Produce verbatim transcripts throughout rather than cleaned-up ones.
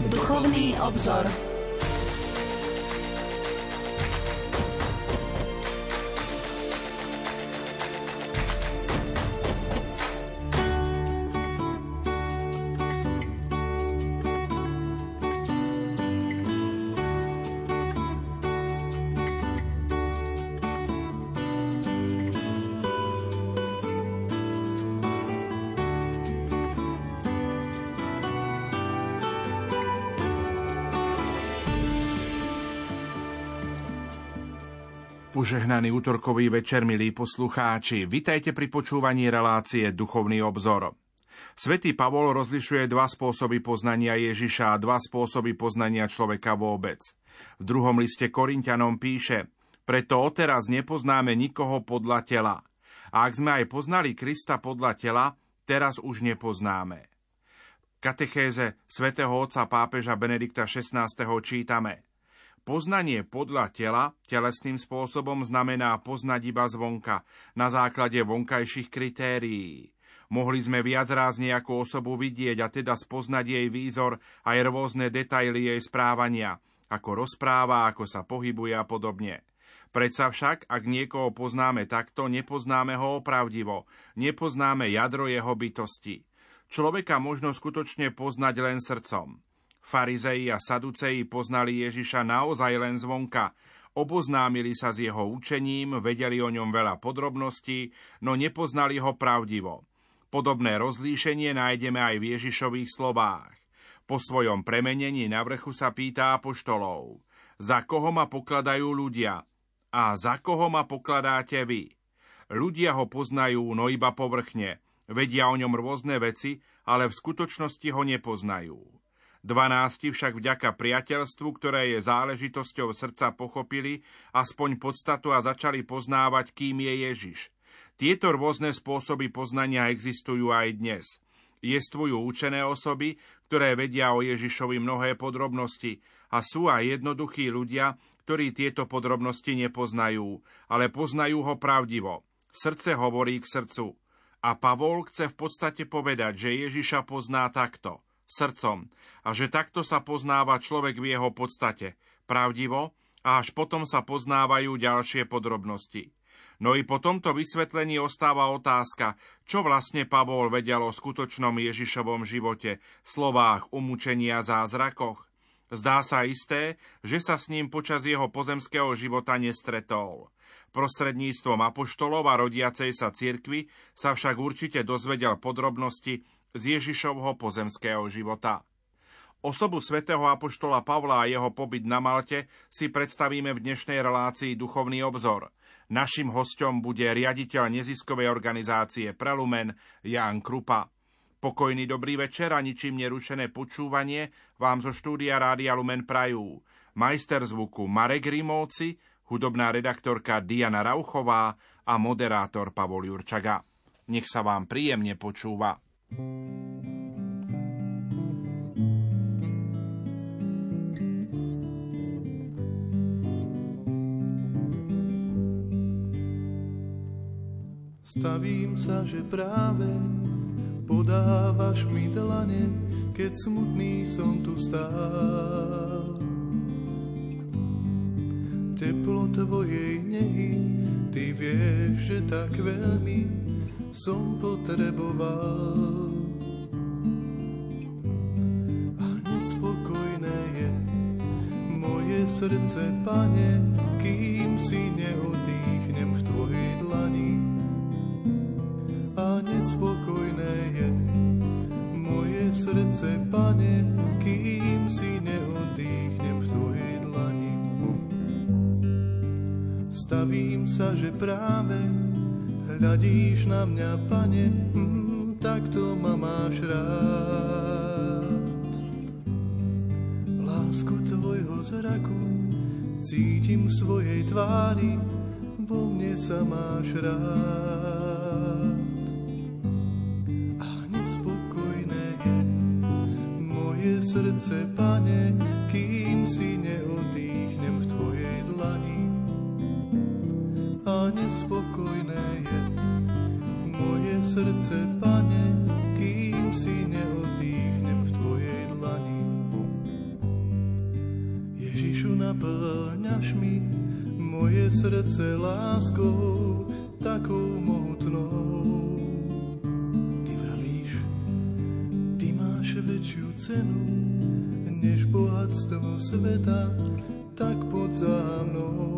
Duchovný obzor. Požehnaný útorkový večer, milí poslucháči. Vitajte pri počúvaní relácie Duchovný obzor. Svätý Pavol rozlišuje dva spôsoby poznania Ježiša a dva spôsoby poznania človeka vôbec. V druhom liste Korinťanom píše: Preto odteraz nepoznáme nikoho podľa tela. A ak sme aj poznali Krista podľa tela, teraz už nepoznáme. V katechéze svätého otca pápeža Benedikta šestnásteho čítame: Poznanie podľa tela telesným spôsobom znamená poznať iba zvonka, na základe vonkajších kritérií. Mohli sme viacráz nejakú osobu vidieť a teda spoznať jej výzor aj rôzne detaily jej správania, ako rozpráva, ako sa pohybuje a podobne. Predsa však, ak niekoho poznáme takto, nepoznáme ho opravdivo, nepoznáme jadro jeho bytosti. Človeka možno skutočne poznať len srdcom. Farizei a saduceji poznali Ježiša naozaj len zvonka, oboznámili sa s jeho učením, vedeli o ňom veľa podrobností, no nepoznali ho pravdivo. Podobné rozlíšenie nájdeme aj v Ježišových slovách. Po svojom premenení na vrchu sa pýta apoštolov: Za koho ma pokladajú ľudia? A za koho ma pokladáte vy? Ľudia ho poznajú, no iba povrchne. Vedia o ňom rôzne veci, ale v skutočnosti ho nepoznajú. Dvanásti však vďaka priateľstvu, ktoré je záležitosťou srdca, pochopili aspoň podstatu a začali poznávať, kým je Ježiš. Tieto rôzne spôsoby poznania existujú aj dnes. Jestvujú učené osoby, ktoré vedia o Ježišovi mnohé podrobnosti, a sú aj jednoduchí ľudia, ktorí tieto podrobnosti nepoznajú, ale poznajú ho pravdivo. Srdce hovorí k srdcu. A Pavol chce v podstate povedať, že Ježiša pozná takto, srdcom, a že takto sa poznáva človek v jeho podstate, pravdivo, a až potom sa poznávajú ďalšie podrobnosti. No i po tomto vysvetlení ostáva otázka, čo vlastne Pavol vedel o skutočnom Ježišovom živote, slovách, umúčení a zázrakoch. Zdá sa isté, že sa s ním počas jeho pozemského života nestretol. Prostredníctvom apoštolov a rodiacej sa cirkvi sa však určite dozvedel podrobnosti z Ježišovho pozemského života. Osobu svätého apoštola Pavla a jeho pobyt na Malte si predstavíme v dnešnej relácii Duchovný obzor. Naším hosťom bude riaditeľ neziskovej organizácie Prelumen Ján Krupa. Pokojný dobrý večer a ničím nerušené počúvanie vám zo štúdia Rádia Lumen prajú majster zvuku Marek Rimovci, hudobná redaktorka Diana Rauchová a moderátor Pavol Jurčaga. Nech sa vám príjemne počúva. Stavím sa, že práve podávaš mi dlane, keď smutný som tu stál. Teplo tvojej nehy, ty vieš, že tak veľmi som potreboval. A nespokojné je moje srdce, Pane, kým si neodýchnem v tvojej dlani. A nespokojné je moje srdce, Pane, kým si neodýchnem v tvojej dlani. Stavím sa, že práve hľadíš na mňa, Pane, mm, takto ma máš rád. Lásku tvojho zraku cítim v svojej tvári, vo mne sa máš rád. A nespokojné je moje srdce, Pane, kým si neodýchnem v tvojej dlani. A nespokojné je moje srdce, Pane, kým si neodýchnem v tvojej dlani. srdce láskou takou mohutnou. Ty vravíš, ty máš väčšiu cenu než bohatstvo sveta, tak poď za mnou.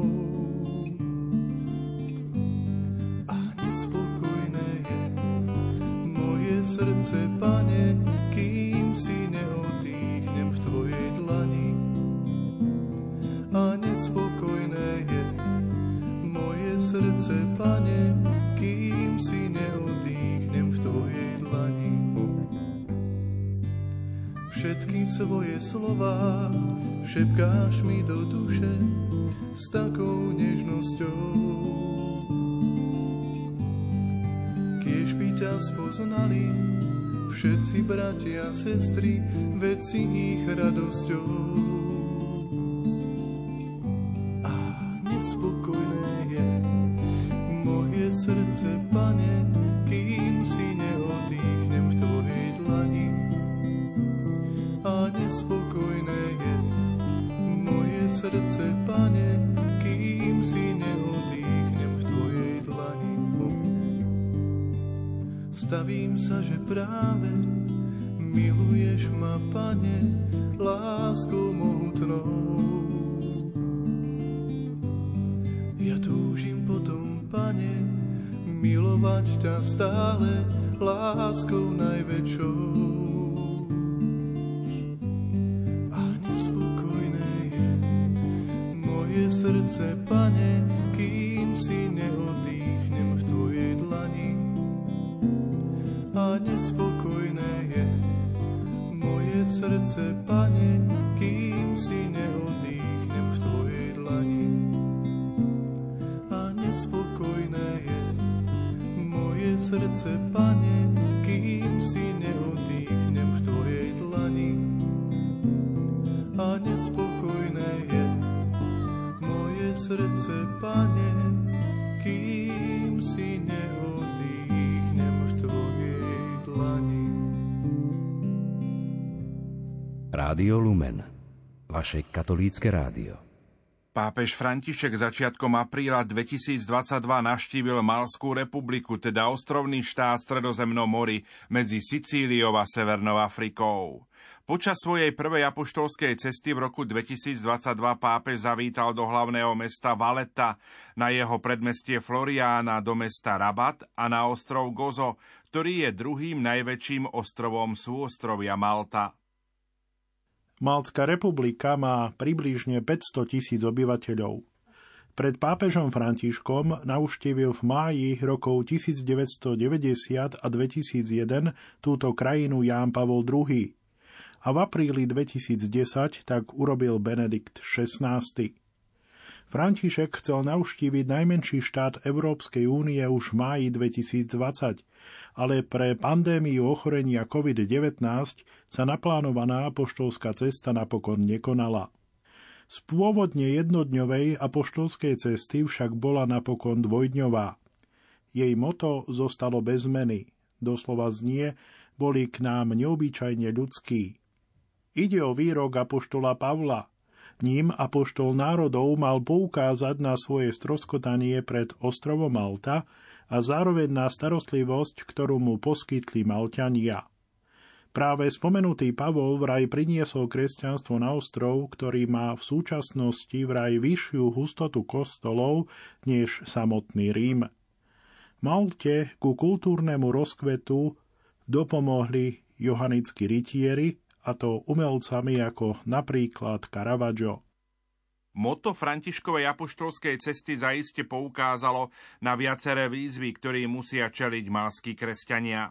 A nespokojné je moje srdce, Pane, kým si neodýchnem v tvojej dlani. A nespokojné je moje srdce, Pane, kým si neodýchnem v tvojej dlani. Všetky svoje slová šepkáš mi do duše s takou nežnosťou. Kiež by ťa spoznali všetci bratia a sestry, veď si ich radosťou. A nespokojné je moje srdce, Pane, kým si neodýchnem v tvojej dlani. A nespokojné je moje srdce, Pane, kým si neodýchnem v tvojej dlani. Stavím sa, že práve miluješ ma, Pane, láskou mohutnou. Ja túžim potom, Pane, milovať ťa stále láskou najväčšou. Srdce, Pane, kým si neodýchnem v tvojej dlani. A nespokojné je moje srdce, Pane, kým si neodýchnem v tvojej dlani. A nespokojné je moje srdce, Pane, kým si neodýchnem v tvojej dlani. A nespokojné je srdce, Pane, kým si neodýchnem v tvojej dlani. Rádio Lumen, vaše katolícke rádio. Pápež František začiatkom apríla dvetisícdvadsaťdva navštívil Malskú republiku, teda ostrovný štát v Stredozemnom mori medzi Sicíliou a Severnou Afrikou. Počas svojej prvej apoštolskej cesty v roku dvetisícdvadsaťdva pápež zavítal do hlavného mesta Valetta, na jeho predmestie Floriána, do mesta Rabat a na ostrov Gozo, ktorý je druhým najväčším ostrovom súostrovia Malta. Maltská republika má približne päťsto tisíc obyvateľov. Pred pápežom Františkom navštívil v máji rokov devätnásťstodeväťdesiat a dvetisícjeden túto krajinu Ján Pavol druhý. A v apríli dvetisícdesať tak urobil Benedikt šestnásty. František chcel navštíviť najmenší štát Európskej únie už v máji dvetisícdvadsať, ale pre pandémiu ochorenia covid devätnásť sa naplánovaná apoštolská cesta napokon nekonala. Z pôvodne jednodňovej apoštolskej cesty však bola napokon dvojdňová. Jej moto zostalo bez zmeny. Doslova znie: boli k nám neobyčajne ľudskí. Ide o výrok apoštola Pavla. Ním apoštol národov mal poukázať na svoje stroskotanie pred ostrovom Malta a zároveň na starostlivosť, ktorú mu poskytli Malťania. Práve spomenutý Pavol vraj priniesol kresťanstvo na ostrov, ktorý má v súčasnosti vraj vyššiu hustotu kostolov než samotný Rím. Malte ku kultúrnemu rozkvetu dopomohli johanickí rytieri, a to umelcami ako napríklad Caravaggio. Motto Františkovej apoštolskej cesty zaiste poukázalo na viaceré výzvy, ktorým musia čeliť malskí kresťania.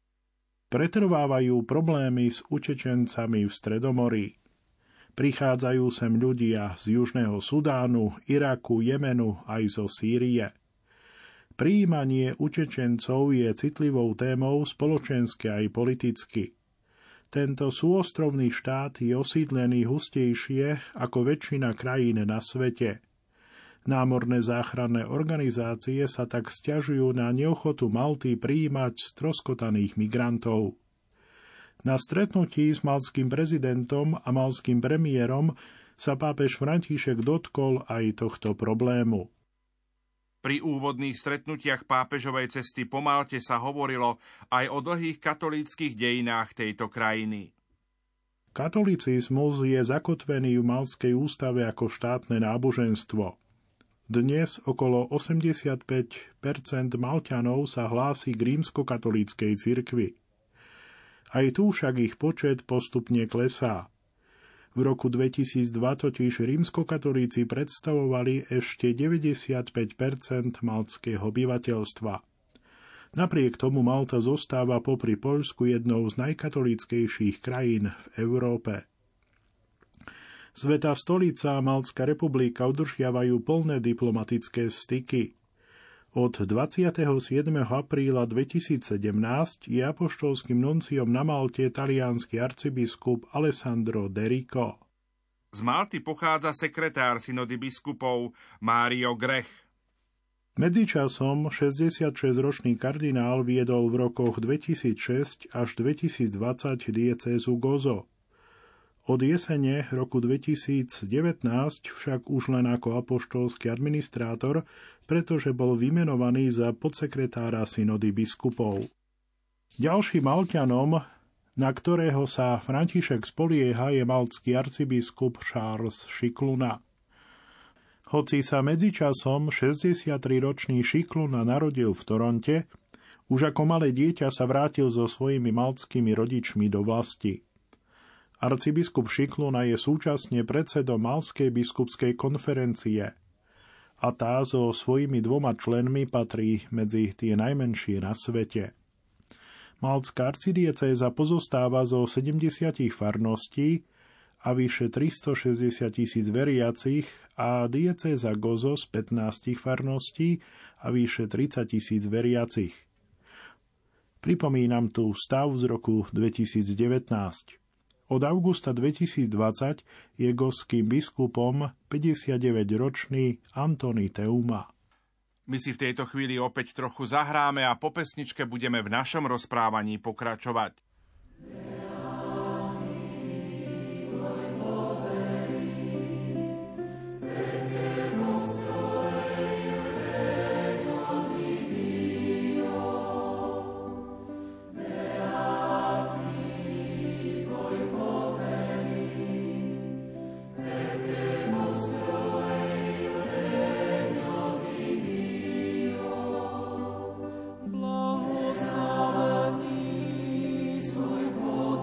Pretrvávajú problémy s utečencami v Stredomorí. Prichádzajú sem ľudia z Južného Sudánu, Iraku, Jemenu aj zo Sýrie. Prijímanie utečencov je citlivou témou spoločensky aj politicky. Tento súostrovný štát je osídlený hustejšie ako väčšina krajín na svete. Námorné záchranné organizácie sa tak sťažujú na neochotu Malty prijímať stroskotaných migrantov. Na stretnutí s maltským prezidentom a maltským premiérom sa pápež František dotkol aj tohto problému. Pri úvodných stretnutiach pápežovej cesty po Malte sa hovorilo aj o dlhých katolíckych dejinách tejto krajiny. Katolicizmus je zakotvený v Maltskej ústave ako štátne náboženstvo. Dnes okolo osemdesiatpäť percent Malťanov sa hlási k rímskokatolíckej cirkvi. Aj tu však ich počet postupne klesá. V roku dvetisícdva totiž rímskokatolíci predstavovali ešte deväťdesiatpäť percent maltského obyvateľstva. Napriek tomu Malta zostáva popri Poľsku jednou z najkatolíckejších krajín v Európe. Svätá stolica a Maltská republika udržiavajú plné diplomatické styky. Od dvadsiateho siedmeho apríla dvetisícsedemnásť je apoštolským nunciom na Malte taliansky arcibiskup Alessandro De Rico. Z Malty pochádza sekretár synody biskupov Mário Grech. Medzičasom šesťdesiatšesťročný kardinál viedol v rokoch dvetisícšesť až dvetisícdvadsať diecézu Gozo. Od jesene roku dvetisícdevätnásť však už len ako apoštolský administrátor, pretože bol vymenovaný za podsekretára synody biskupov. Ďalším Malťanom, na ktorého sa František spolieha, je maltský arcibiskup Charles Šikluna. Hoci sa medzičasom šesťdesiatriročný Šikluna narodil v Toronte, už ako malé dieťa sa vrátil so svojimi maltskými rodičmi do vlasti. Arcibiskup Šikluna je súčasne predsedom Maltskej biskupskej konferencie a tá so svojimi dvoma členmi patrí medzi tie najmenšie na svete. Maltská arcidiecéza pozostáva zo sedemdesiat farností a vyše tristošesťdesiat tisíc veriacich a diecéza Gozo z pätnásť farností a vyše tridsať tisíc veriacich. Pripomínam tu stav z roku dvetisícdevätnásť. Od augusta dvetisícdvadsať je goským biskupom päťdesiatdeväťročný Antoni Teuma. My si v tejto chvíli opäť trochu zahráme a po pesničke budeme v našom rozprávaní pokračovať. Blahoslavený suj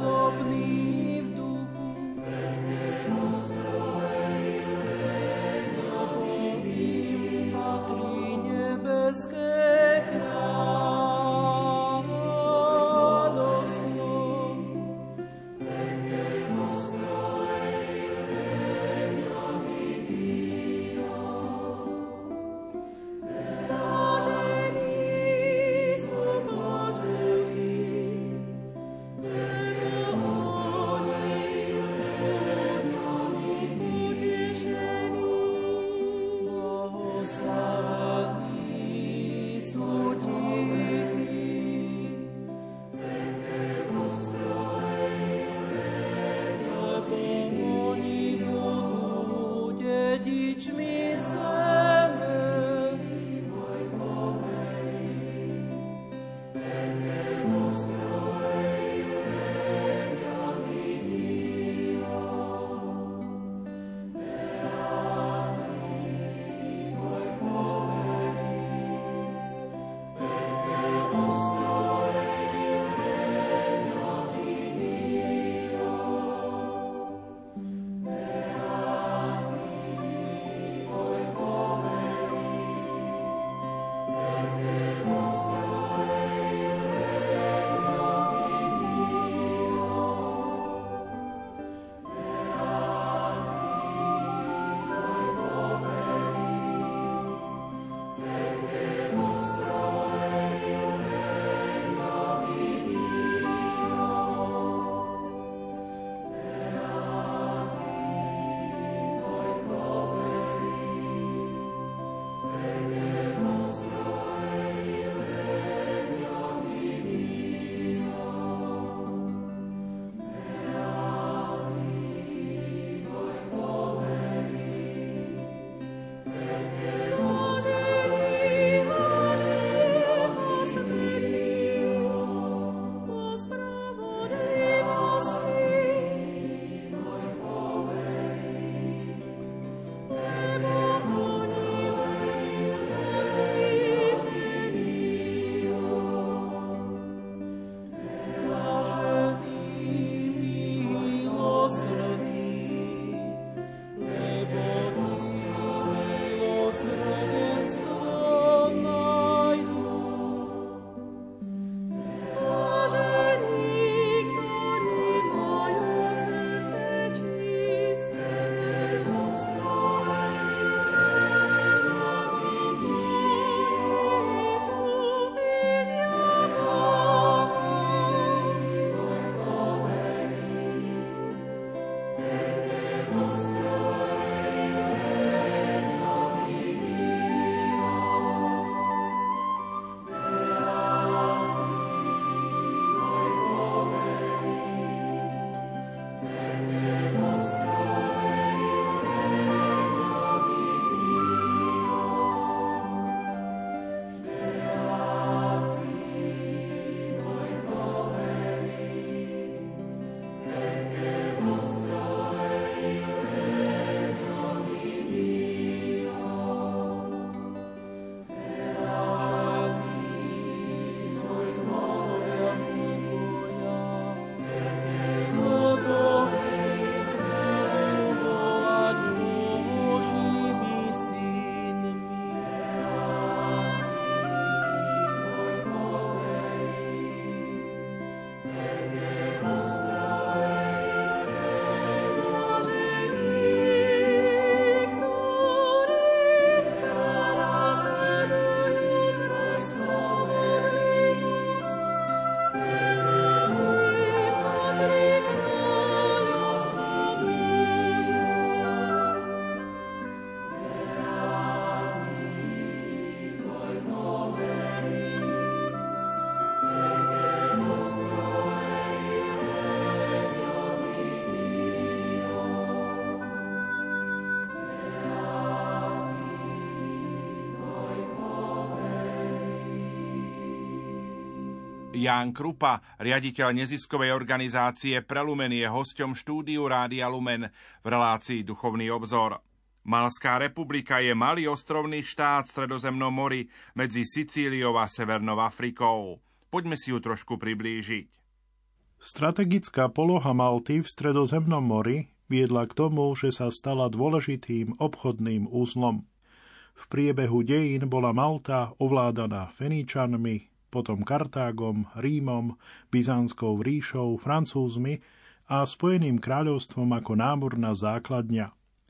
Ján Krupa, riaditeľ neziskovej organizácie Prelumen, je hosťom štúdiu Rádia Lumen v relácii Duchovný obzor. Malská republika je malý ostrovný štát v Stredozemnom mori medzi Sicíliou a Severnou Afrikou. Poďme si ju trošku priblížiť. Strategická poloha Malty v Stredozemnom mori viedla k tomu, že sa stala dôležitým obchodným úzlom. V priebehu dejín bola Malta ovládaná Feničanmi, potom Kartágom, Rímom, Byzantskou ríšou, Francúzmi a Spojeným kráľovstvom ako námorná základňa.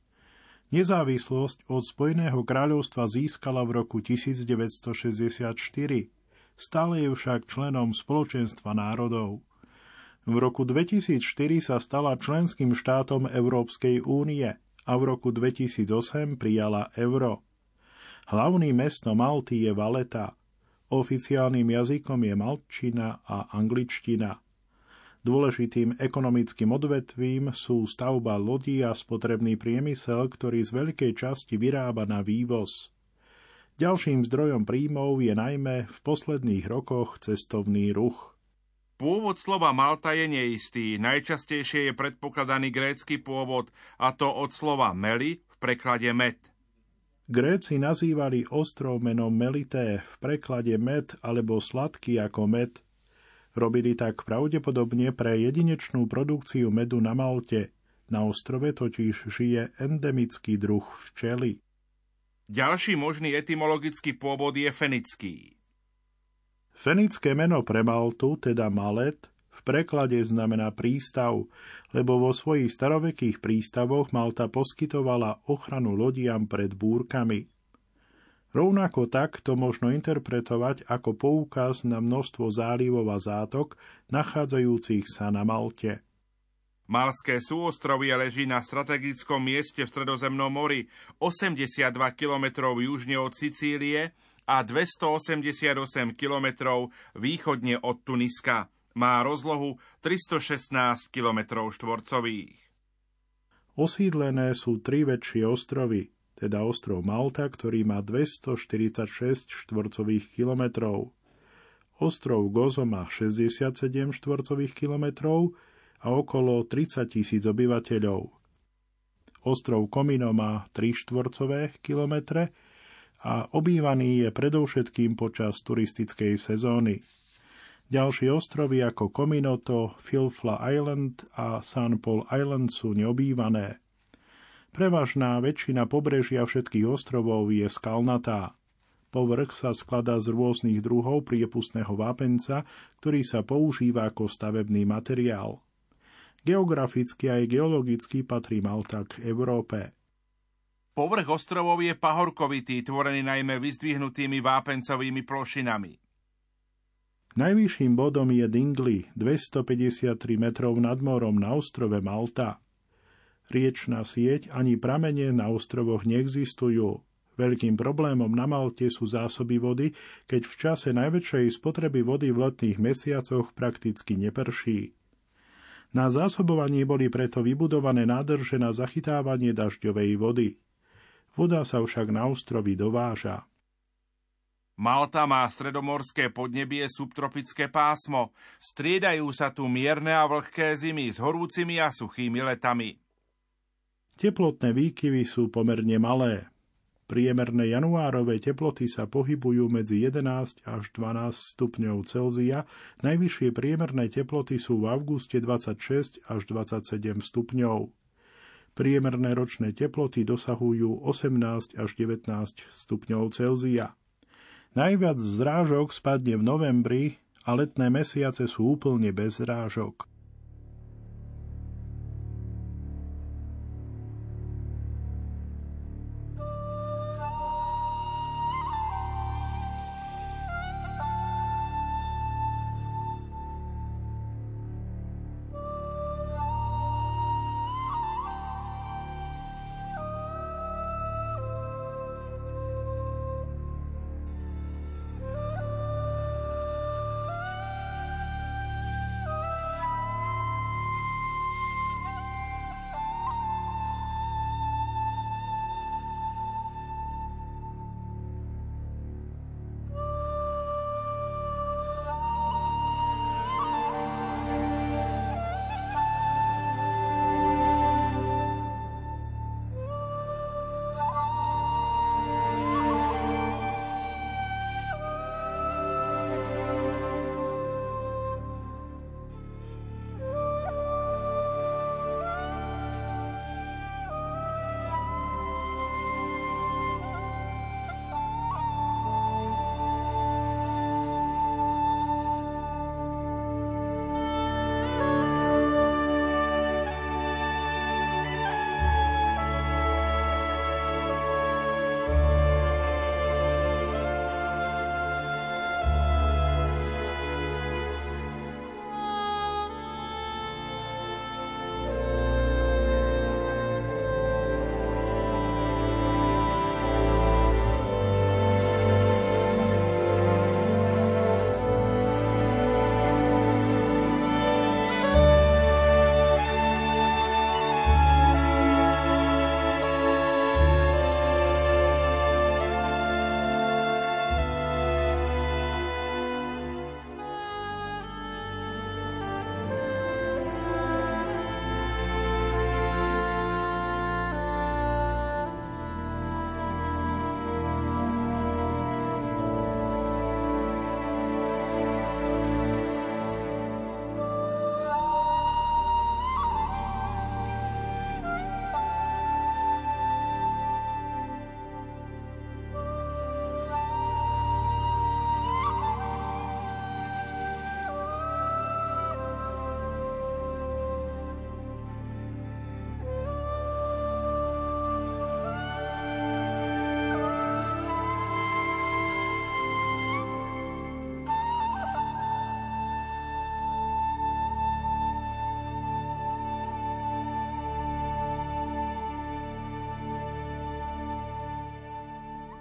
Nezávislosť od Spojeného kráľovstva získala v roku devätnásťstošesťdesiatštyri, stále je však členom Spoločenstva národov. V roku dvetisícštyri sa stala členským štátom Európskej únie a v roku dvetisícosem prijala euro. Hlavným mestom Malty je Valetta. Oficiálnym jazykom je malčtina a angličtina. Dôležitým ekonomickým odvetvím sú stavba lodí a spotrebný priemysel, ktorý z veľkej časti vyrába na vývoz. Ďalším zdrojom príjmov je najmä v posledných rokoch cestovný ruch. Pôvod slova Malta je neistý. Najčastejšie je predpokladaný grécky pôvod, a to od slova meli v preklade med. Gréci nazývali ostrov menom Melité, v preklade med alebo sladký ako med. Robili tak pravdepodobne pre jedinečnú produkciu medu na Malte. Na ostrove totiž žije endemický druh včely. Ďalší možný etymologický pôvod je fenický. Fenické meno pre Maltu, teda Malet, v preklade znamená prístav, lebo vo svojich starovekých prístavoch Malta poskytovala ochranu lodiam pred búrkami. Rovnako tak to možno interpretovať ako poukaz na množstvo zálivov a zátok, nachádzajúcich sa na Malte. Malské súostrovie leží na strategickom mieste v Stredozemnom mori, osemdesiatdva kilometrov južne od Sicílie a dvestoosemdesiatosem kilometrov východne od Tuniska. Má rozlohu tristošestnásť kilometrov štvorcových. Osídlené sú tri väčšie ostrovy, teda ostrov Malta, ktorý má dvestoštyridsaťšesť štvorcových kilometrov, ostrov Gozo má šesťdesiatsedem štvorcových kilometrov a okolo tridsať tisíc obyvateľov. Ostrov Comino má tri štvorcové kilometre a obývaný je predovšetkým počas turistickej sezóny. Ďalšie ostrovy ako Cominoto, Filfla Island a Saint Paul Island sú neobývané. Prevažná väčšina pobrežia všetkých ostrovov je skalnatá. Povrch sa skladá z rôznych druhov priepustného vápenca, ktorý sa používa ako stavebný materiál. Geograficky aj geologicky patrí Malta k Európe. Povrch ostrovov je pahorkovitý, tvorený najmä vyzdvihnutými vápencovými plošinami. Najvyšším bodom je Dingley, dvestopäťdesiattri metrov nad morom na ostrove Malta. Riečna sieť ani pramene na ostrovoch neexistujú. Veľkým problémom na Malte sú zásoby vody, keď v čase najväčšej spotreby vody v letných mesiacoch prakticky neprší. Na zásobovanie boli preto vybudované nádrže na zachytávanie dažďovej vody. Voda sa však na ostrovy dováža. Malta má stredomorské podnebie subtropické pásmo. Striedajú sa tu mierne a vlhké zimy s horúcimi a suchými letami. Teplotné výkyvy sú pomerne malé. Priemerné januárové teploty sa pohybujú medzi jedenásť až dvanásť stupňov Celzia, najvyššie priemerné teploty sú v auguste dvadsaťšesť až dvadsaťsedem stupňov. Priemerné ročné teploty dosahujú osemnásť až devätnásť stupňov Celzia. Najviac zrážok spadne v novembri a letné mesiace sú úplne bez zrážok.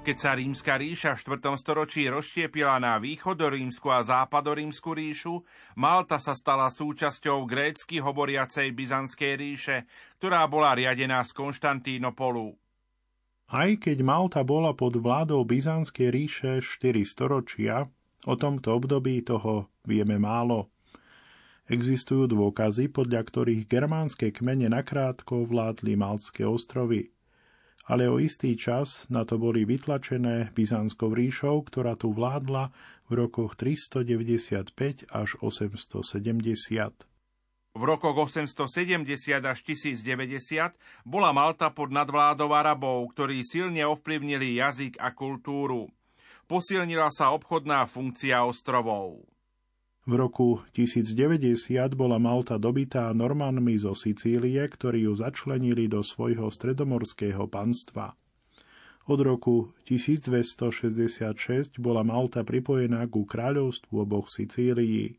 Keď sa Rímska ríša v štvrtom storočí rozštiepila na východorímsku a západorímsku ríšu, Malta sa stala súčasťou grécky hovoriacej Byzantskej ríše, ktorá bola riadená z Konštantínopolu. Aj keď Malta bola pod vládou Byzantskej ríše štyri storočia, o tomto období toho vieme málo. Existujú dôkazy, podľa ktorých germánske kmene nakrátko vládli Maltské ostrovy. Ale o istý čas na to boli vytlačené Byzantskou ríšou, ktorá tu vládla v rokoch tristodeväťdesiatpäť až osemstosedemdesiat. V rokoch osemstosedemdesiat až tisícdeväťdesiat bola Malta pod nadvládou Arabov, ktorí silne ovplyvnili jazyk a kultúru. Posilnila sa obchodná funkcia ostrovov. V roku tisícdeväťdesiat bola Malta dobitá Normanmi zo Sicílie, ktorí ju začlenili do svojho stredomorského panstva. Od roku tisícdvestošesťdesiatšesť bola Malta pripojená ku kráľovstvu oboch Sicílií.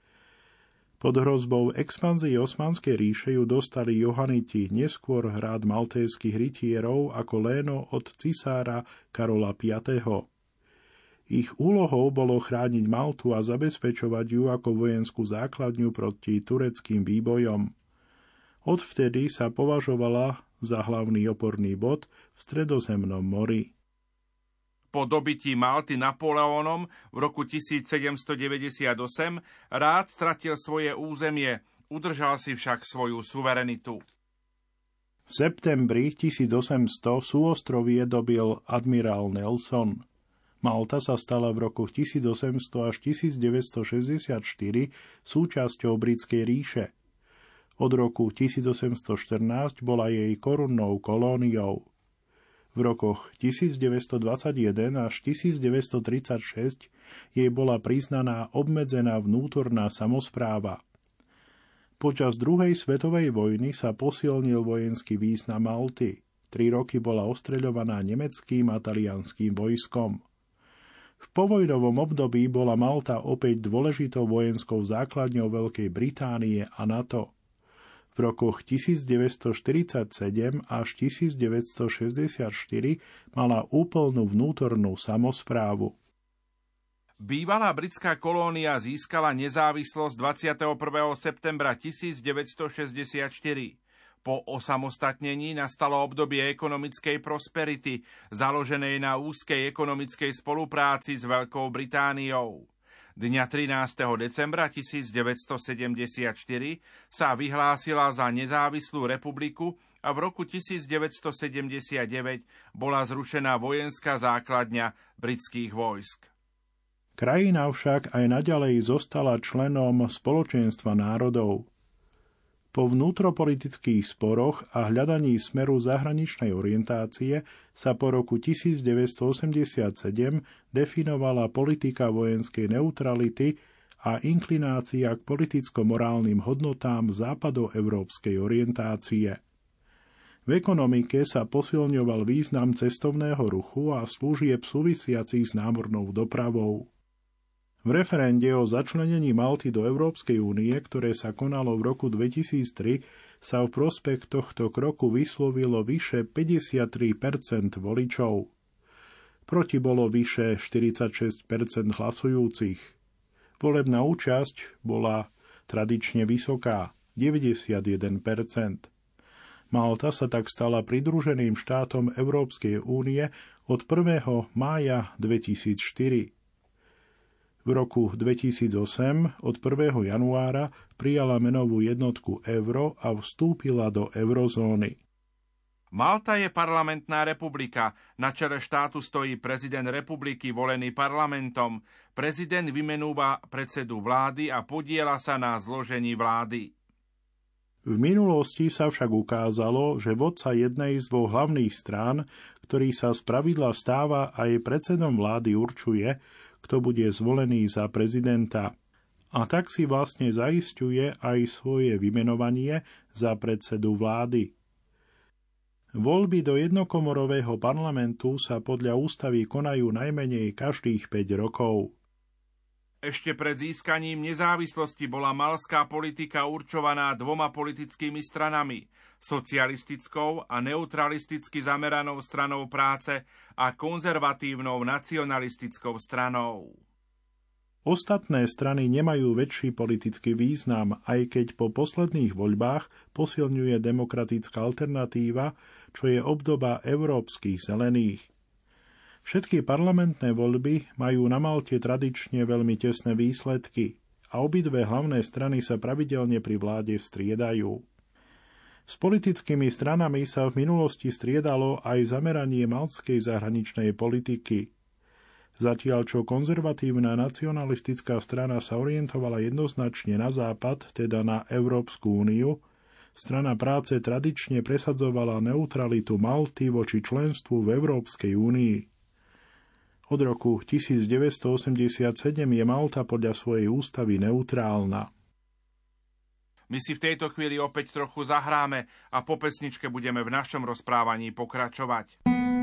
Pod hrozbou expanzie Osmanskej ríše ju dostali Johaniti, neskôr hrad maltéskych rytierov ako léno od cisára Karola piateho. Ich úlohou bolo chrániť Maltu a zabezpečovať ju ako vojenskú základňu proti tureckým výbojom. Odvtedy sa považovala za hlavný oporný bod v Stredozemnom mori. Po dobití Malty Napoleónom v roku tisícsedemstodeväťdesiatosem rád stratil svoje územie, udržal si však svoju suverenitu. V septembri tisícosemsto súostrovie dobil admirál Nelson. Malta sa stala v rokoch tisícosemsto až tisícdeväťstošesťdesiatštyri súčasťou Britskej ríše. Od roku tisícosemstoštrnásť bola jej korunnou kolóniou. V rokoch tisícdeväťstodvadsaťjeden až tisícdeväťstotridsaťšesť jej bola priznaná obmedzená vnútorná samospráva. Počas druhej svetovej vojny sa posilnil vojenský význam Malty. Tri roky bola ostreľovaná nemeckým a talianským vojskom. V povojnovom období bola Malta opäť dôležitou vojenskou základňou Veľkej Británie a NATO. V rokoch tisícdeväťstoštyridsaťsedem až tisícdeväťstošesťdesiatštyri mala úplnú vnútornú samosprávu. Bývalá britská kolónia získala nezávislosť dvadsiateho prvého septembra tisícdeväťstošesťdesiatštyri. Po osamostatnení nastalo obdobie ekonomickej prosperity, založenej na úzkej ekonomickej spolupráci s Veľkou Britániou. Dňa trinásteho decembra tisícdeväťstosedemdesiatštyri sa vyhlásila za nezávislú republiku a v roku tisícdeväťstosedemdesiatdeväť bola zrušená vojenská základňa britských vojsk. Krajina však aj naďalej zostala členom Spoločenstva národov. Po vnútropolitických sporoch a hľadaní smeru zahraničnej orientácie sa po roku tisícdeväťstoosemdesiatsedem definovala politika vojenskej neutrality a inklinácia k politicko-morálnym hodnotám západoeurópskej orientácie. V ekonomike sa posilňoval význam cestovného ruchu a služieb súvisiacich s námornou dopravou. V referende o začlenení Malty do Európskej únie, ktoré sa konalo v roku dvetisíctri, sa v prospech tohto kroku vyslovilo vyše päťdesiattri percent voličov. Proti bolo vyše štyridsaťšesť percent hlasujúcich. Volebná účasť bola tradične vysoká, deväťdesiatjeden percent. Malta sa tak stala pridruženým štátom Európskej únie od prvého mája dvetisícštyri. V roku dvetisícosem od prvého januára prijala menovú jednotku euro a vstúpila do eurozóny. Malta je parlamentná republika. Na čele štátu stojí prezident republiky volený parlamentom. Prezident vymenúva predsedu vlády a podieľa sa na zložení vlády. V minulosti sa však ukázalo, že vodca jednej z dvoch hlavných strán, ktorý sa spravidla stáva aj predsedom vlády, určuje, kto bude zvolený za prezidenta. A tak si vlastne zaisťuje aj svoje vymenovanie za predsedu vlády. Voľby do jednokomorového parlamentu sa podľa ústavy konajú najmenej každých päť rokov. Ešte pred získaním nezávislosti bola malská politika určovaná dvoma politickými stranami, socialistickou a neutralisticky zameranou stranou práce a konzervatívnou nacionalistickou stranou. Ostatné strany nemajú väčší politický význam, aj keď po posledných voľbách posilňuje demokratická alternatíva, čo je obdoba európskych zelených. Všetky parlamentné voľby majú na Malte tradične veľmi tesné výsledky a obidve hlavné strany sa pravidelne pri vláde striedajú. S politickými stranami sa v minulosti striedalo aj zameranie maltskej zahraničnej politiky. Zatiaľ čo konzervatívna nacionalistická strana sa orientovala jednoznačne na západ, teda na Európsku úniu, strana práce tradične presadzovala neutralitu Malty voči členstvu v Európskej únii. Od roku devätnásťstoosemdesiatsedem je Malta podľa svojej ústavy neutrálna. My si v tejto chvíli opäť trochu zahráme a po pesničke budeme v našom rozprávaní pokračovať.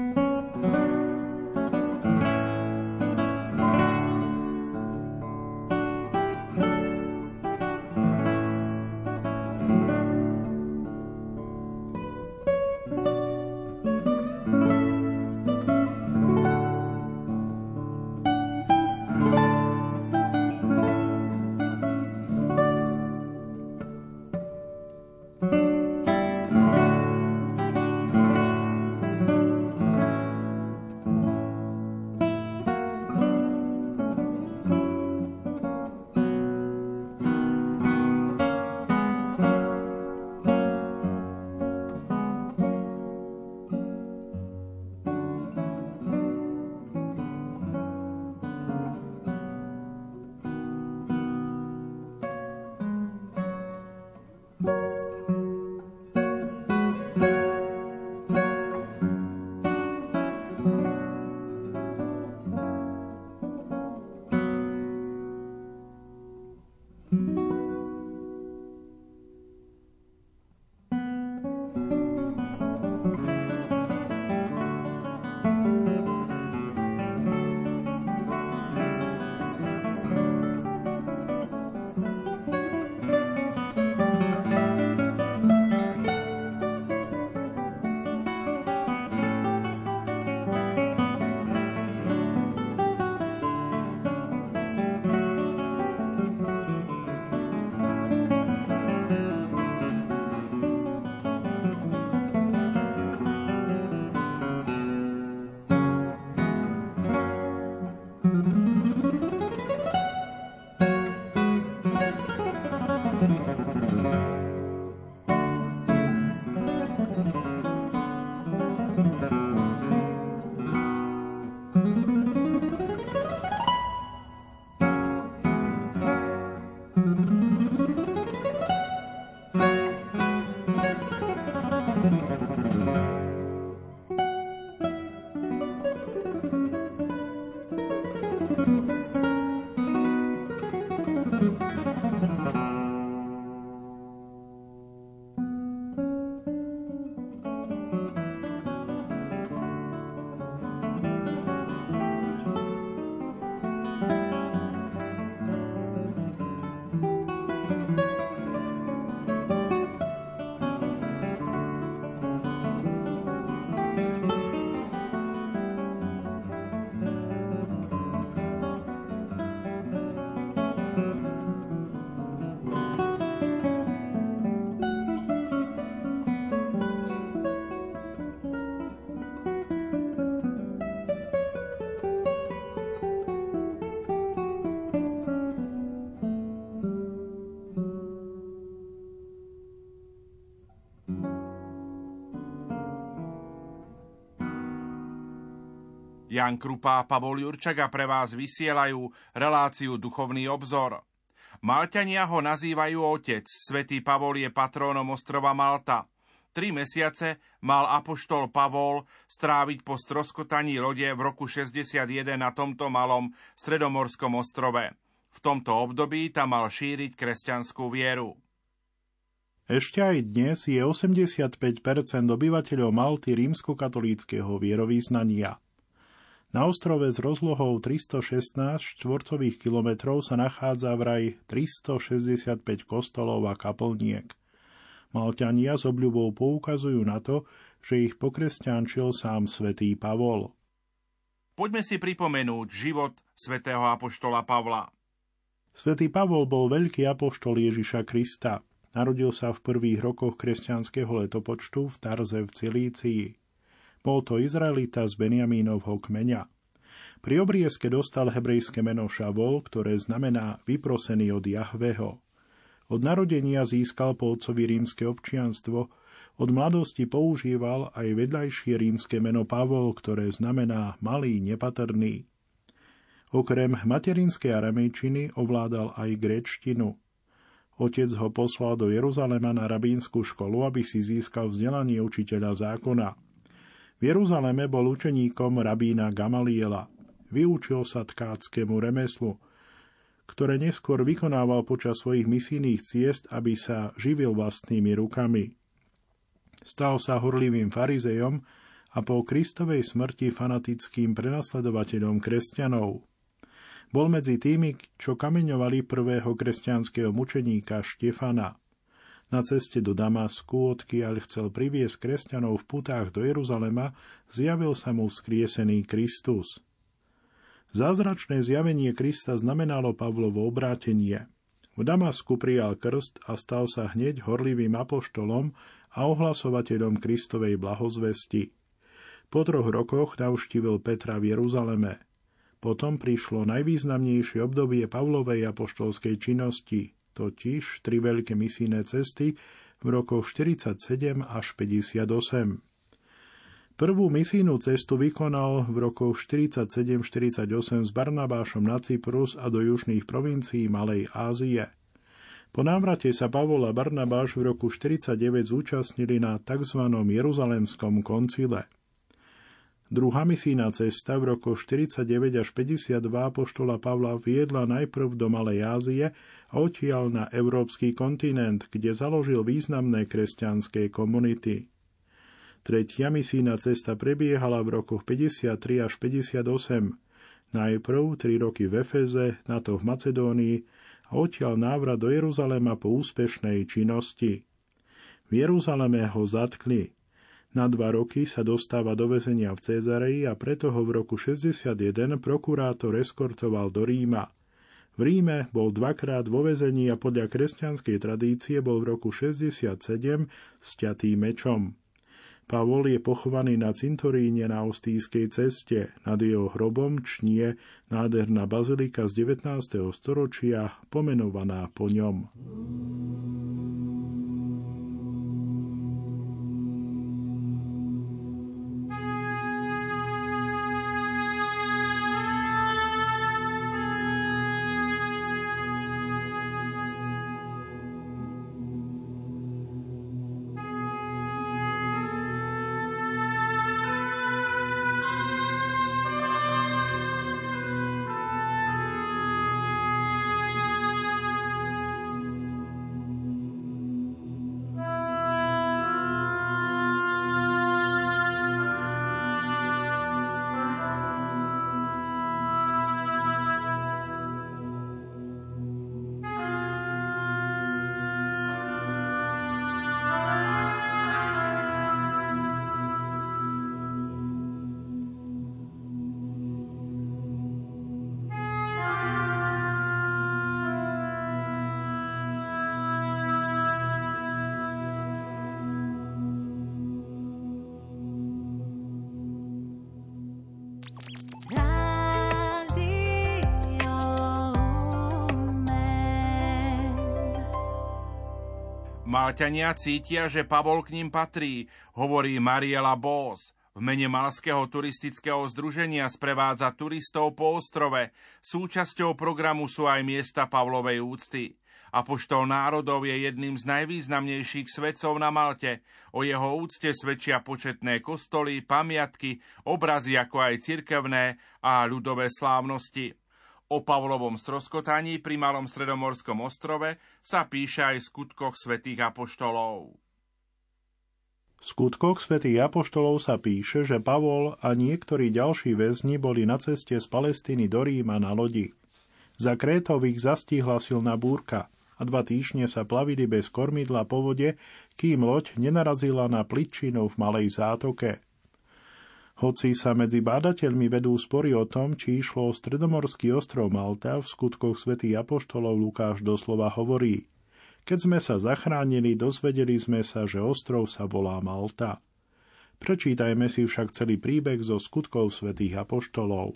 Jan Krupa a Pavol Jurčaga pre vás vysielajú reláciu Duchovný obzor. Malťania ho nazývajú otec, svätý Pavol je patrónom ostrova Malta. Tri mesiace mal apoštol Pavol stráviť po stroskotaní lode v roku šesťdesiatjeden na tomto malom stredomorskom ostrove. V tomto období tam mal šíriť kresťanskú vieru. Ešte aj dnes je osemdesiatpäť percent obyvateľov Malty rímskokatolíckeho vierovýznania. Na ostrove s rozlohou tristošestnásť štvorcových kilometrov sa nachádza vraj tristošesťdesiatpäť kostolov a kaplniek. Malťania s obľubou poukazujú na to, že ich pokresťančil sám svätý Pavol. Poďme si pripomenúť život svätého apoštola Pavla. Svätý Pavol bol veľký apoštol Ježiša Krista. Narodil sa v prvých rokoch kresťanského letopočtu v Tarze v Cilícii. Bol to Izraelita z Benjamínovho kmeňa. Pri obriezke dostal hebrejské meno Šavol, ktoré znamená vyprosený od Jahveho. Od narodenia získal po otcovi rímske občianstvo, od mladosti používal aj vedľajšie rímske meno Pavol, ktoré znamená malý, nepatrný. Okrem materinskej aramejčiny ovládal aj gréčtinu. Otec ho poslal do Jeruzalema na rabínsku školu, aby si získal vzdelanie učiteľa zákona. V Jeruzaleme bol učeníkom rabína Gamaliela. Vyučil sa tkáckému remeslu, ktoré neskôr vykonával počas svojich misijných ciest, aby sa živil vlastnými rukami. Stal sa horlivým farizejom a po Kristovej smrti fanatickým prenasledovateľom kresťanov. Bol medzi tými, čo kameňovali prvého kresťanského mučeníka Štefana. Na ceste do Damasku, odkiaľ chcel priviesť kresťanov v putách do Jeruzalema, zjavil sa mu vzkriesený Kristus. Zázračné zjavenie Krista znamenalo Pavlovo obrátenie. V Damasku prijal krst a stal sa hneď horlivým apoštolom a ohlasovateľom Kristovej blahozvesti. Po troch rokoch navštívil Petra v Jeruzaleme. Potom prišlo najvýznamnejšie obdobie Pavlovej apoštolskej činnosti, totiž tri veľké misijné cesty v rokoch štyridsaťsedem až päťdesiatosem. Prvú misijnú cestu vykonal v rokoch štyridsaťsedem štyridsaťosem s Barnabášom na Cyprus a do južných provincií Malej Ázie. Po návrate sa Pavol a Barnabáš v roku štyridsaťdeväť zúčastnili na tzv. Jeruzalemskom koncile. Druhá misijná cesta v rokoch štyridsaťdeväť až päťdesiatdva apoštola Pavla viedla najprv do Malej Ázie a odtiaľ na európsky kontinent, kde založil významné kresťanské komunity. Tretia misijná cesta prebiehala v rokoch päťdesiattri až päťdesiatosem. Najprv tri roky v Efeze, nato v Macedónii a odtiaľ návrat do Jeruzalema po úspešnej činnosti. V Jeruzaleme ho zatkli. Na dva roky sa dostáva do väzenia v Cézareji a preto ho v roku šesťdesiatjeden prokurátor eskortoval do Ríma. V Ríme bol dvakrát vo väzení a podľa kresťanskej tradície bol v roku šesťdesiatsedem sťatý mečom. Pavol je pochovaný na cintoríne na Ostijskej ceste. Nad jeho hrobom čnie nádherná bazilika z devätnásteho storočia, pomenovaná po ňom. Malťania cítia, že Pavol k ním patrí, hovorí Mariela Bós. V mene Malského turistického združenia sprevádza turistov po ostrove. Súčasťou programu sú aj miesta Pavlovej úcty. Apoštol národov je jedným z najvýznamnejších svetcov na Malte. O jeho úcte svedčia početné kostoly, pamiatky, obrazy ako aj cirkevné a ľudové slávnosti. O Pavlovom stroskotaní pri malom stredomorskom ostrove sa píše aj v skutkoch svätých apoštolov. V skutkoch svätých apoštolov sa píše, že Pavol a niektorí ďalší väzni boli na ceste z Palestíny do Ríma na lodi. Za Krétov ich zastihla silná búrka a dva týždne sa plavili bez kormidla po vode, kým loď nenarazila na pličinu v malej zátoke. Hoci sa medzi bádateľmi vedú spory o tom, či išlo o stredomorský ostrov Malta, v skutkoch svätých apoštolov Lukáš doslova hovorí: Keď sme sa zachránili, dozvedeli sme sa, že ostrov sa volá Malta. Prečítajme si však celý príbeh zo skutkov svätých apoštolov.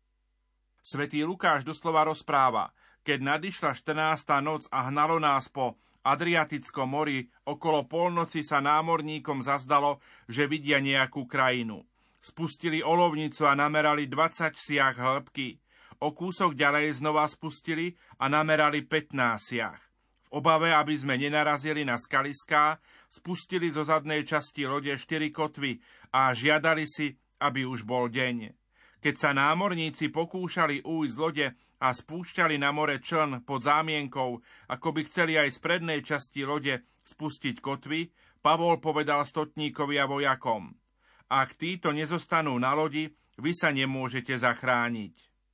Svätý Lukáš doslova rozpráva: Keď nadišla štrnásta noc a hnalo nás po Adriatickom mori, okolo polnoci sa námorníkom zazdalo, že vidia nejakú krajinu. Spustili olovnicu a namerali dvadsať siah hĺbky. O kúsok ďalej znova spustili a namerali pätnásť siah. V obave, aby sme nenarazili na skaliská, spustili zo zadnej časti lode štyri kotvy a žiadali si, aby už bol deň. Keď sa námorníci pokúšali újsť z lode a spúšťali na more čln pod zámienkou, ako by chceli aj z prednej časti lode spustiť kotvy, Pavol povedal stotníkovi a vojakom: Ak títo nezostanú na lodi, vy sa nemôžete zachrániť.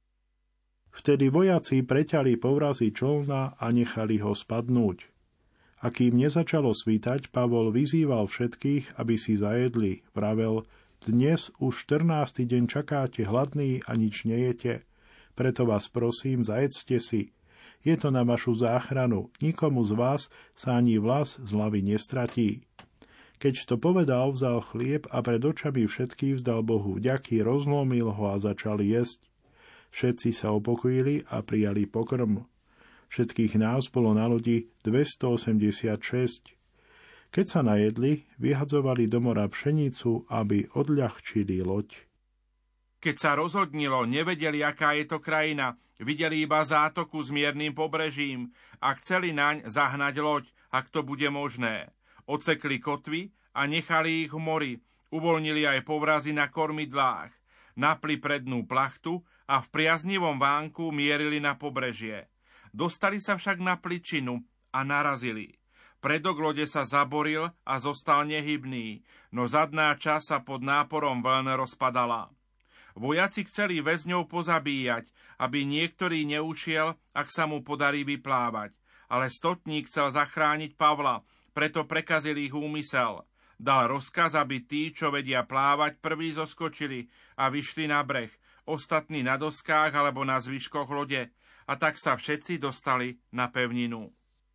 Vtedy vojaci preťali povrazy člna a nechali ho spadnúť. A kým nezačalo svítať, Pavol vyzýval všetkých, aby si zajedli. Vravel: Dnes už štrnásty deň čakáte hladný a nič nejete. Preto vás prosím, zajedzte si. Je to na vašu záchranu. Nikomu z vás sa ani vlas z hlavy nestratí. Keď to povedal, vzal chlieb a pred očami všetkých vzdal Bohu vďaky, rozlomil ho a začal jesť. Všetci sa upokojili a prijali pokrm. Všetkých nás bolo na lodi dvestoosemdesiatšesť. Keď sa najedli, vyhadzovali do mora pšenicu, aby odľahčili loď. Keď sa rozhodnilo, nevedeli, aká je to krajina, videli iba zátoku s miernym pobrežím a chceli naň zahnať loď, ak to bude možné. Odsekli kotvy a nechali ich v mori, uvoľnili aj povrazy na kormidlách, napli prednú plachtu a v priaznivom vánku mierili na pobrežie. Dostali sa však na pličinu a narazili. Predok lode sa zaboril a zostal nehybný, no zadná časť sa pod náporom vln rozpadala. Vojaci chceli väzňov pozabíjať, aby niektorý neušiel, ak sa mu podarí vyplávať. Ale stotník chcel zachrániť Pavla, preto prekazil ich úmysel. Dal rozkaz, aby tí, čo vedia plávať, prví zoskočili a vyšli na breh, ostatní na doskách alebo na zvyškoch lode, a tak sa všetci dostali na pevninu.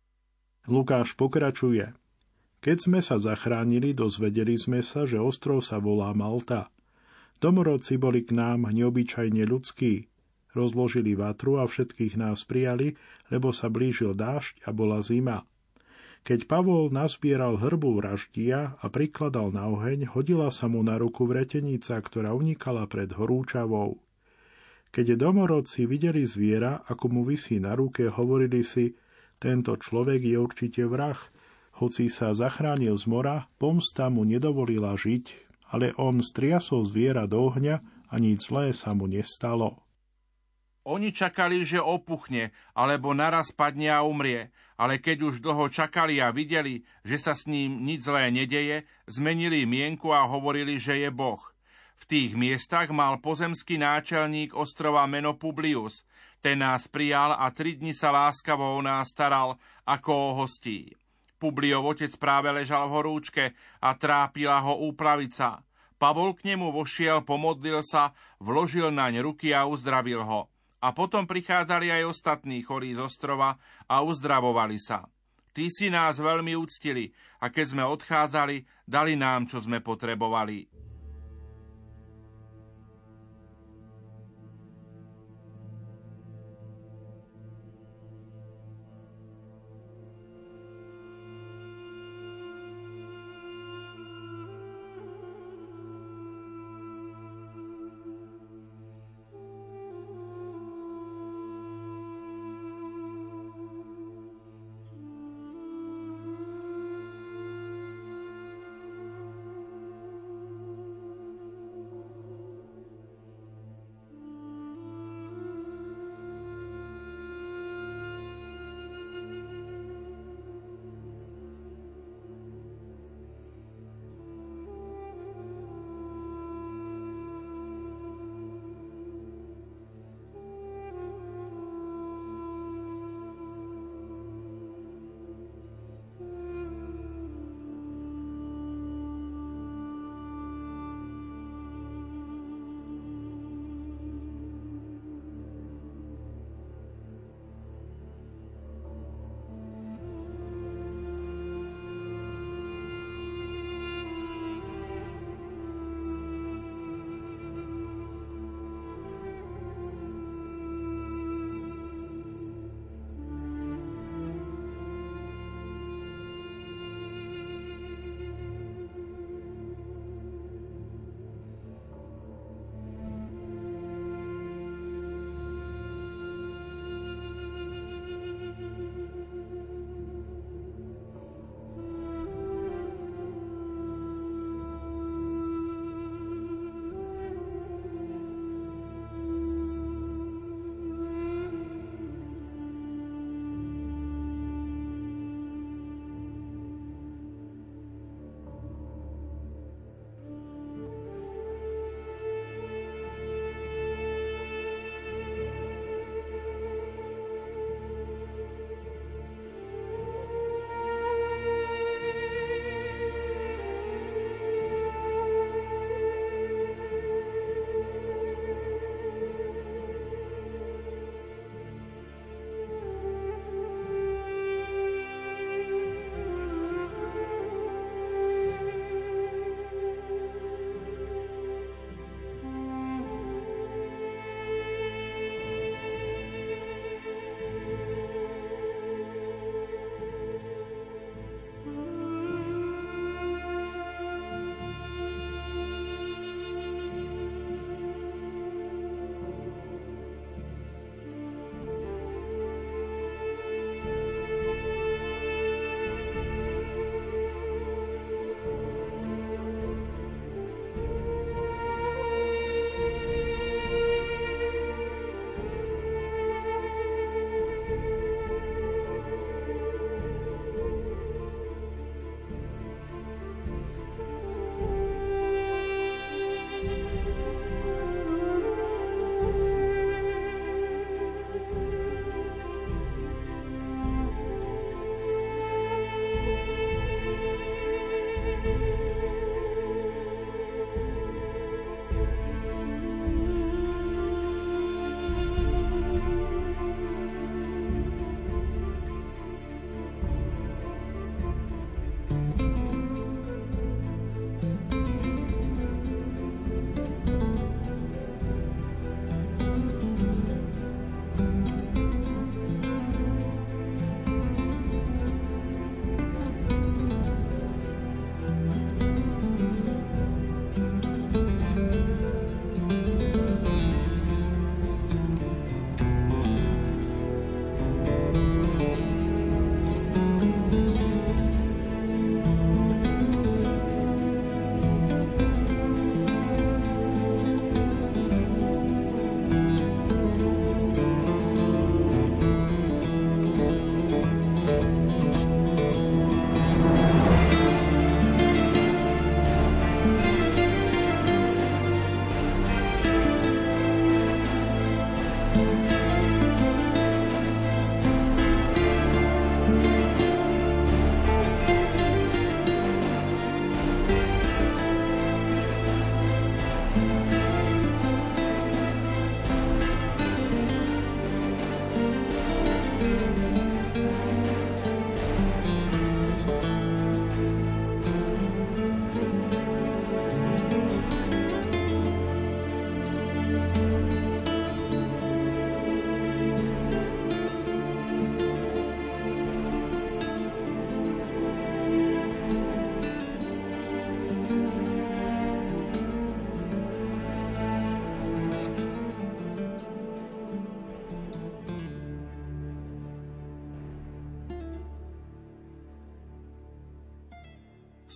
Lukáš pokračuje. Keď sme sa zachránili, dozvedeli sme sa, že ostrov sa volá Malta. Domorodci boli k nám neobyčajne ľudskí. Rozložili vatru a všetkých nás prijali, lebo sa blížil dážď a bola zima. Keď Pavol nazbieral hrbu vraždia a prikladal na oheň, hodila sa mu na ruku vretenica, ktorá unikala pred horúčavou. Keď domorodci videli zviera, ako mu visí na ruke, hovorili si: tento človek je určite vrah. Hoci sa zachránil z mora, pomsta mu nedovolila žiť, ale on striasol zviera do ohňa a nič zlé sa mu nestalo. Oni čakali, že opuchne, alebo naraz padne a umrie, ale keď už dlho čakali a videli, že sa s ním nič zlé nedeje, zmenili mienku a hovorili, že je Boh. V tých miestach mal pozemský náčelník ostrova meno Publius. Ten nás prijal a tri dni sa láskavo o nás staral ako o hostí. Publiov otec práve ležal v horúčke a trápila ho úplavica. Pavol k nemu vošiel, pomodlil sa, vložil naň ruky a uzdravil ho. A potom prichádzali aj ostatní chorí z ostrova a uzdravovali sa. Tí si nás veľmi uctili a keď sme odchádzali, dali nám, čo sme potrebovali.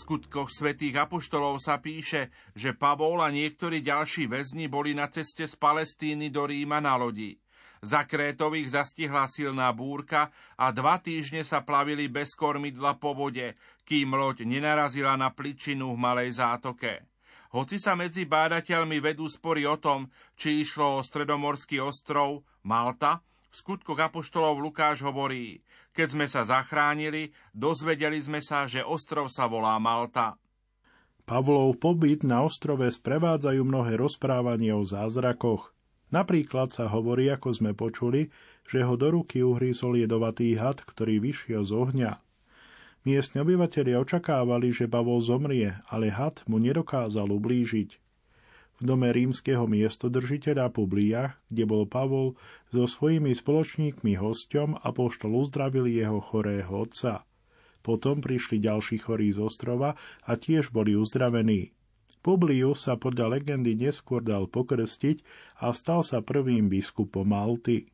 Skutkoch svätých apoštolov sa píše, že Pavol a niektorí ďalší väzni boli na ceste z Palestíny do Ríma na lodi. Za Krétov ich zastihla silná búrka a dva týždne sa plavili bez kormidla po vode, kým loď nenarazila na pličinu v malej zátoke. Hoci sa medzi bádateľmi vedú spory o tom, či išlo o stredomorský ostrov Malta, v Skutkoch apoštolov Lukáš hovorí: keď sme sa zachránili, dozvedeli sme sa, že ostrov sa volá Malta. Pavlov pobyt na ostrove sprevádzajú mnohé rozprávanie o zázrakoch. Napríklad sa hovorí, ako sme počuli, že ho do ruky uhrízol jedovatý had, ktorý vyšiel z ohňa. Miestni obyvatelia očakávali, že Pavol zomrie, ale had mu nedokázal ublížiť. V dome rímskeho miestodržiteľa Publia, kde bol Pavol so svojimi spoločníkmi hosťom, apoštol uzdravil jeho chorého otca. Potom prišli ďalší chorí z ostrova a tiež boli uzdravení. Publius sa podľa legendy neskôr dal pokrstiť a stal sa prvým biskupom Malty.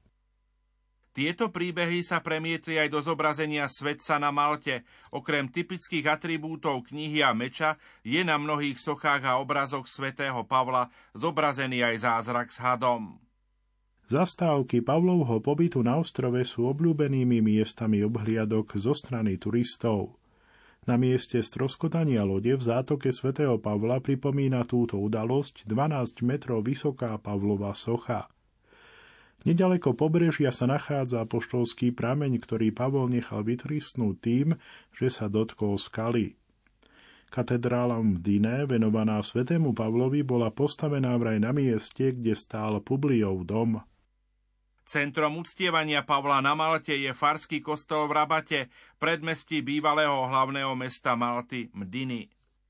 Tieto príbehy sa premietli aj do zobrazenia svätca na Malte. Okrem typických atribútov knihy a meča je na mnohých sochách a obrazoch svätého Pavla zobrazený aj zázrak s hadom. Zastávky Pavlovho pobytu na ostrove sú obľúbenými miestami obhliadok zo strany turistov. Na mieste stroskotania lode v zátoke svätého Pavla pripomína túto udalosť dvanásť metrov vysoká Pavlova socha. Nedaleko pobrežia sa nachádza apoštolský prameň, ktorý Pavol nechal vytrysnúť tým, že sa dotkol skaly. Katedrála v Dine, venovaná svätému Pavlovi, bola postavená vraj na mieste, kde stál Publiov dom. Centrom uctievania Pavla na Malte je farský kostol v Rabate, predmestí bývalého hlavného mesta Malty Mdiny.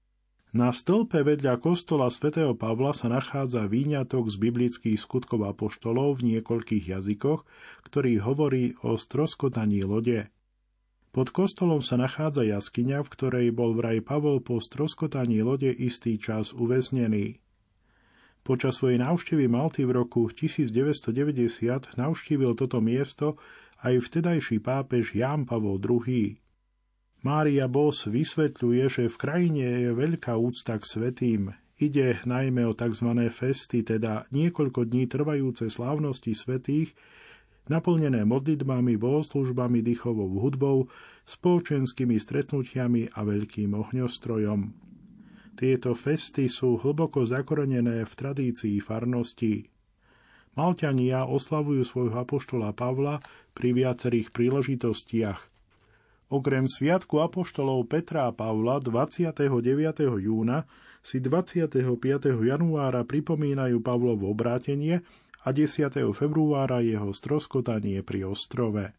Na stĺpe vedľa kostola svätého Pavla sa nachádza výňatok z biblických skutkov apoštolov v niekoľkých jazykoch, ktorý hovorí o stroskotaní lode. Pod kostolom sa nachádza jaskyňa, v ktorej bol vraj Pavol po stroskotaní lode istý čas uväznený. Počas svojej návštevy Malty v roku tisícdeväťstodeväťdesiat navštívil toto miesto aj vtedajší pápež Ján Pavol druhý. Mária Bos vysvetľuje, že v krajine je veľká úcta k svätým. Ide najmä o tzv. Festy, teda niekoľko dní trvajúce slávnosti svätých, naplnené modlitbami, bohoslužbami, dýchovou hudbou, spoločenskými stretnutiami a veľkým ohňostrojom. Tieto festy sú hlboko zakorenené v tradícii farností. Malťania oslavujú svojho apoštola Pavla pri viacerých príležitostiach. Okrem sviatku apoštolov Petra a Pavla dvadsiateho deviateho júna si dvadsiateho piateho januára pripomínajú Pavlovo obrátenie a desiateho februára jeho stroskotanie pri ostrove.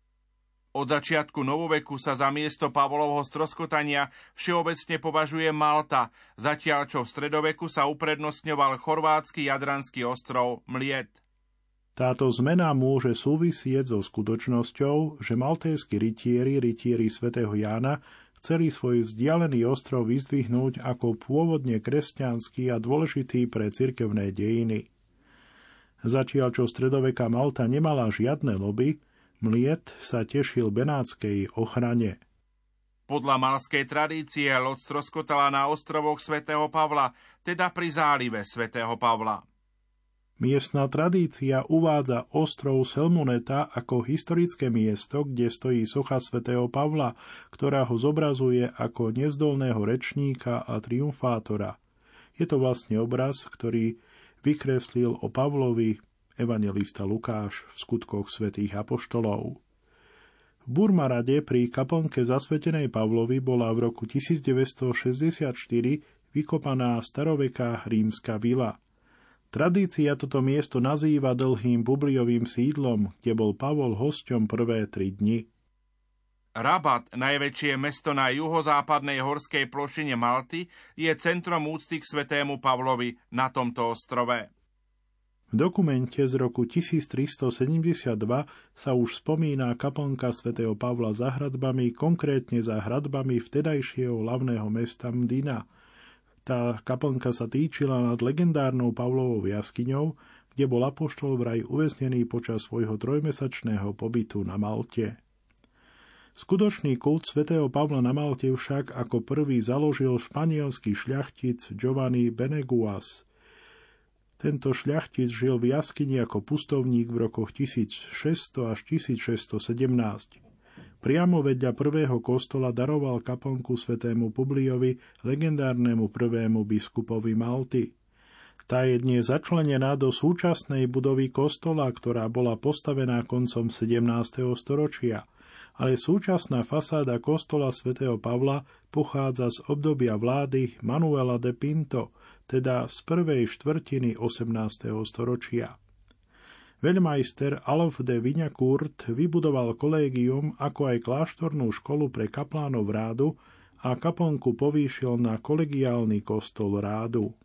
Od začiatku novoveku sa za miesto Pavlovho stroskotania všeobecne považuje Malta, zatiaľ čo v stredoveku sa uprednostňoval chorvátsky jadranský ostrov Mliet. Táto zmena môže súvisieť so skutočnosťou, že maltéski rytieri, rytieri svätého Jána, chceli svoj vzdialený ostrov vyzdvihnúť ako pôvodne kresťanský a dôležitý pre cirkevné dejiny. Zatiaľ čo stredoveká Malta nemala žiadne lobby, Mliet sa tešil benátskej ochrane. Podľa malskej tradície loď stroskotala na ostrovoch svätého Pavla, teda pri zálive svätého Pavla. Miestna tradícia uvádza ostrov Selmuneta ako historické miesto, kde stojí socha svätého Pavla, ktorá ho zobrazuje ako nevzdolného rečníka a triumfátora. Je to vlastne obraz, ktorý vykreslil o Pavlovi evanjelista Lukáš v Skutkoch svätých apoštolov. V Burmarade pri kaplnke zasvetenej Pavlovi bola v roku tisícdeväťstošesťdesiatštyri vykopaná staroveká rímska vila. Tradícia toto miesto nazýva dlhým Publiovým sídlom, kde bol Pavol hosťom prvé tri dni. Rabat, najväčšie mesto na juhozápadnej horskej plošine Malty, je centrom úcty k svätému Pavlovi na tomto ostrove. V dokumente z roku tisíctristosedemdesiatdva sa už spomína kaplnka svätého Pavla za hradbami, konkrétne za hradbami vtedajšieho hlavného mesta Mdina. Tá kaplnka sa týčila nad legendárnou Pavlovou jaskyňou, kde bol apoštol vraj uväznený počas svojho trojmesačného pobytu na Malte. Skutočný kult svätého Pavla na Malte však ako prvý založil španielský šľachtic Giovanni Beneguas. Tento šľachtic žil v jaskyni ako pustovník v rokoch tisícšesťsto až tisícšesťstosedemnásť. Priamo vedľa prvého kostola daroval kaplnku svätému Publiovi, legendárnemu prvému biskupovi Malty. Tá je dnes začlenená do súčasnej budovy kostola, ktorá bola postavená koncom sedemnásteho storočia. Ale súčasná fasáda kostola svätého Pavla pochádza z obdobia vlády Manuela de Pinto, teda z prvej štvrtiny osemnásteho storočia. Veľmajster Alf de Vignacourt vybudoval kolégium ako aj kláštornú školu pre kaplánov rádu a kaplnku povýšil na kolegiálny kostol rádu.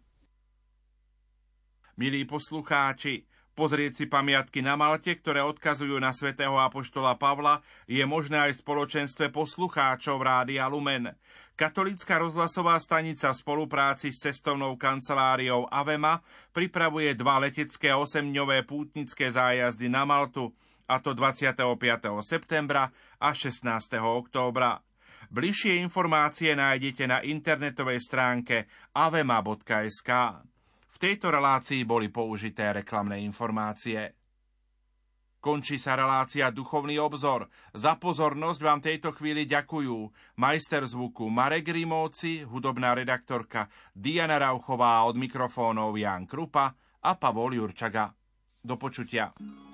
Milí poslucháči, pozrieť si pamiatky na Malte, ktoré odkazujú na svätého apoštola Pavla, je možné aj v spoločenstve poslucháčov Rádia Lumen. Katolícka rozhlasová stanica v spolupráci s cestovnou kanceláriou Avema pripravuje dva letecké osemdňové pútnické zájazdy na Maltu, a to dvadsiateho piateho septembra a šestnásteho októbra. Bližšie informácie nájdete na internetovej stránke avema bodka es ká. V tejto relácii boli použité reklamné informácie. Končí sa relácia Duchovný obzor. Za pozornosť vám tejto chvíli ďakujú majster zvuku Marek Rimóci, hudobná redaktorka Diana Rauchová, od mikrofónov Ján Krupa a Pavol Jurčaga. Do počutia.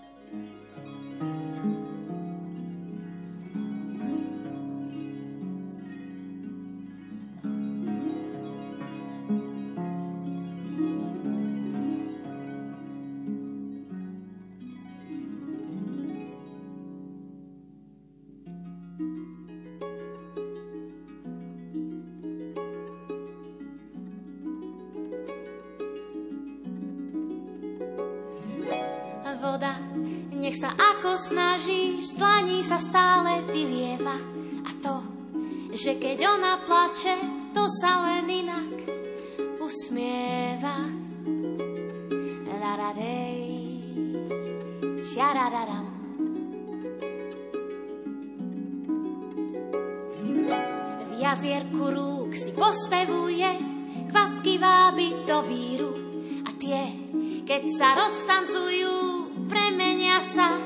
Voda, nech sa ako snažíš, z dlaní sa stále vylieva. A to, že keď ona plače, to sa len inak usmieva. La-ra-dej, tia-ra-ra-ram. V jazierku rúk si pospevuje, kvapky váby do víru. A tie, keď sa roztancujú, premenia sa.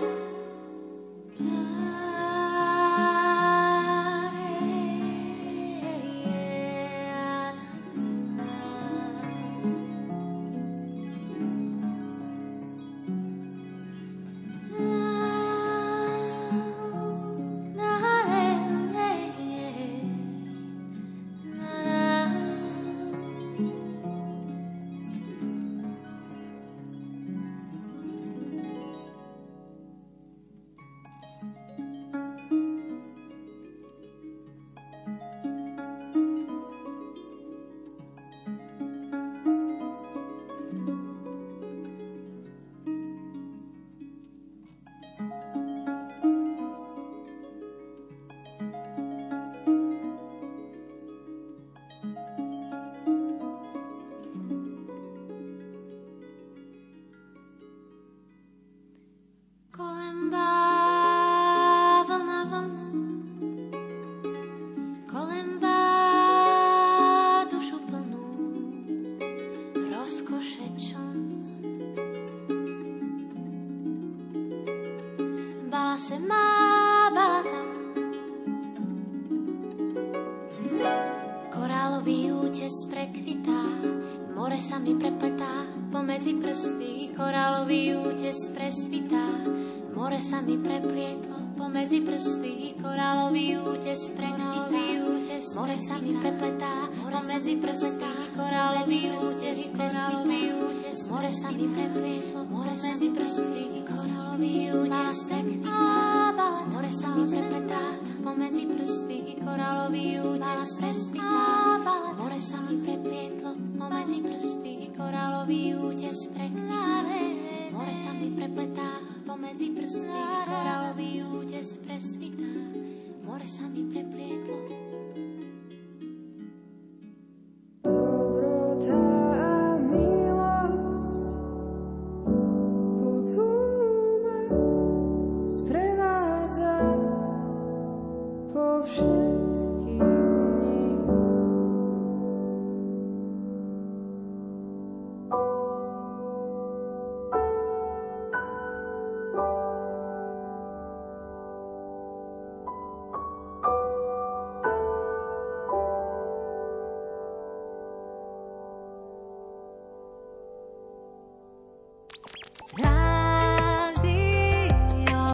Pomedzi prsty korálový útes presvitá, more sa mi preplietlo. Pomedzi prsty korálový útes prekvitá, more sa mi prepletá. Pomedzi prsty korálový útes presvitá, more sa mi preplietlo. Pomedzi prsty korálový útes prekvitá, more sa mi prepletá. Pomedzi prsty korálový útes presvitá, more sa mi preplietlo. Pomedzi prsty korálový útes prekvitá, more sa mi prepletá. Pomedzi prsty korálový útes presvitá, more sa